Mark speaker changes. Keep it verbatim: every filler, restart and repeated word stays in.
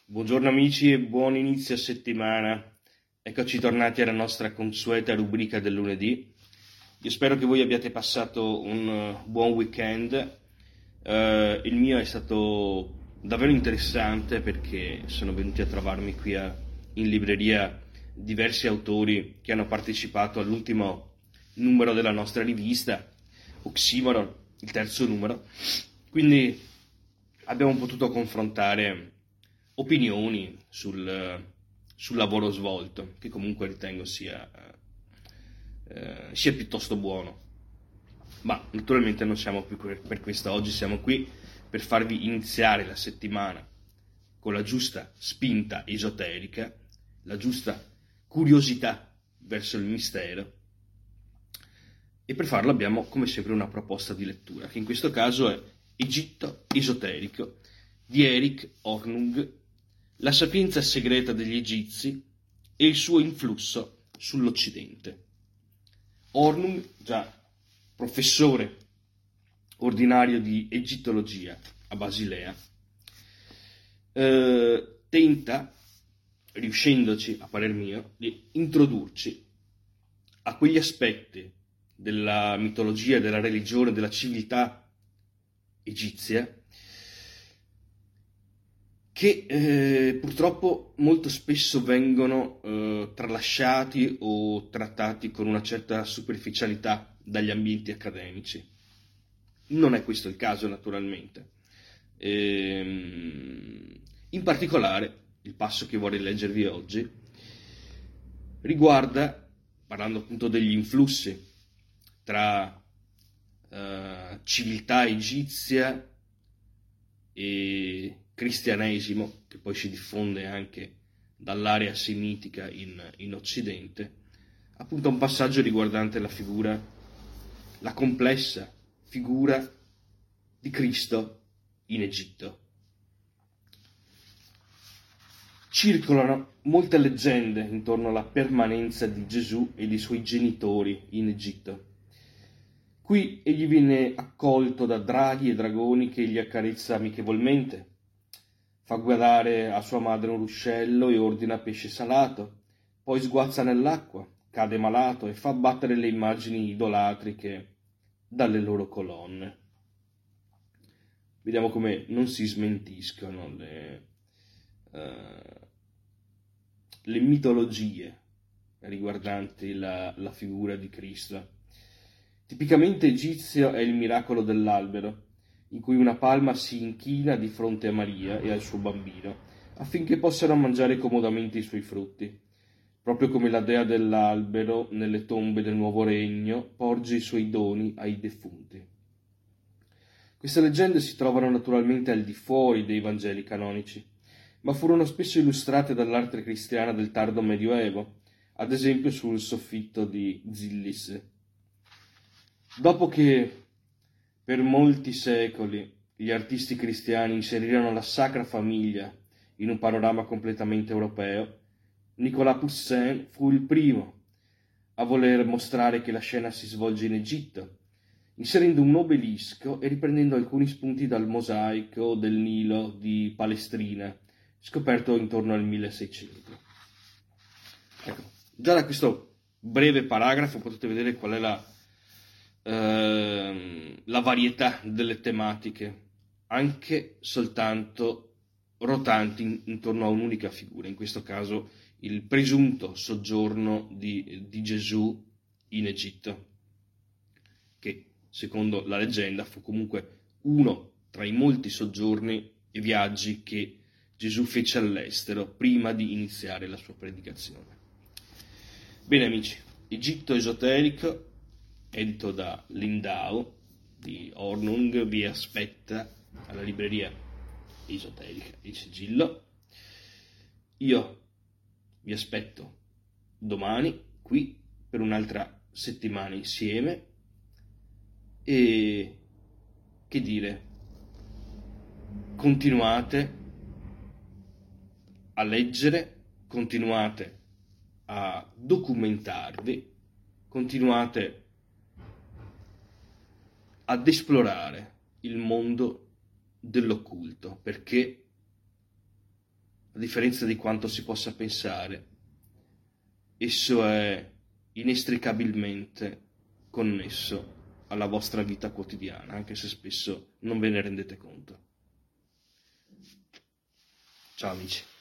Speaker 1: Buongiorno amici e buon inizio settimana. Eccoci tornati alla nostra consueta rubrica del lunedì. Io spero che voi abbiate passato un uh, buon weekend. Uh, il mio è stato davvero interessante perché sono venuti a trovarmi qui a, in libreria diversi autori che hanno partecipato all'ultimo numero della nostra rivista, Oxymoron, il terzo numero. Quindi abbiamo potuto confrontare opinioni sul, sul lavoro svolto, che comunque ritengo sia, eh, sia piuttosto buono. Ma naturalmente non siamo qui per questo, oggi siamo qui per farvi iniziare la settimana con la giusta spinta esoterica, la giusta curiosità verso il mistero, e per farlo abbiamo come sempre una proposta di lettura, che in questo caso è Egitto esoterico di Erik Hornung, la sapienza segreta degli egizi e il suo influsso sull'Occidente. Hornung, già professore ordinario di egittologia a Basilea, eh, tenta, riuscendoci a parer mio, di introdurci a quegli aspetti della mitologia, della religione, della civiltà egizia che eh, purtroppo molto spesso vengono eh, tralasciati o trattati con una certa superficialità dagli ambienti accademici. Non è questo il caso, naturalmente. Ehm, in particolare, il passo che vorrei leggervi oggi riguarda, parlando appunto degli influssi tra eh, civiltà egizia e cristianesimo, che poi si diffonde anche dall'area semitica in, in Occidente, appunto un passaggio riguardante la figura, la complessa figura di Cristo in Egitto. Circolano molte leggende intorno alla permanenza di Gesù e dei suoi genitori in Egitto. Qui egli viene accolto da draghi e dragoni che gli accarezza amichevolmente, fa guardare a sua madre un ruscello e ordina pesce salato, poi sguazza nell'acqua, cade malato e fa abbattere le immagini idolatriche dalle loro colonne. Vediamo come non si smentiscono le, uh, le mitologie riguardanti la, la figura di Cristo. Tipicamente egizio è il miracolo dell'albero, in cui una palma si inchina di fronte a Maria e al suo bambino, affinché possano mangiare comodamente i suoi frutti, proprio come la dea dell'albero nelle tombe del nuovo regno porge i suoi doni ai defunti. Queste leggende si trovano naturalmente al di fuori dei Vangeli canonici, ma furono spesso illustrate dall'arte cristiana del tardo Medioevo, ad esempio sul soffitto di Zillis. Dopo che per molti secoli gli artisti cristiani inserirono la Sacra Famiglia in un panorama completamente europeo, Nicolas Poussin fu il primo a voler mostrare che la scena si svolge in Egitto, inserendo un obelisco e riprendendo alcuni spunti dal mosaico del Nilo di Palestrina, scoperto intorno al milleseicento. Ecco, già da questo breve paragrafo potete vedere qual è la Uh, la varietà delle tematiche, anche soltanto rotanti in, intorno a un'unica figura, in questo caso il presunto soggiorno di, di Gesù in Egitto, che secondo la leggenda fu comunque uno tra i molti soggiorni e viaggi che Gesù fece all'estero prima di iniziare la sua predicazione. Bene amici, Egitto esoterico, edito da Lindau di Hornung, vi aspetta alla libreria esoterica Il Sigillo. Io vi aspetto domani qui per un'altra settimana insieme e che dire, continuate a leggere, continuate a documentarvi, continuate ad esplorare il mondo dell'occulto, perché differenza di quanto si possa pensare, esso è inestricabilmente connesso alla vostra vita quotidiana, anche se spesso non ve ne rendete conto. Ciao amici.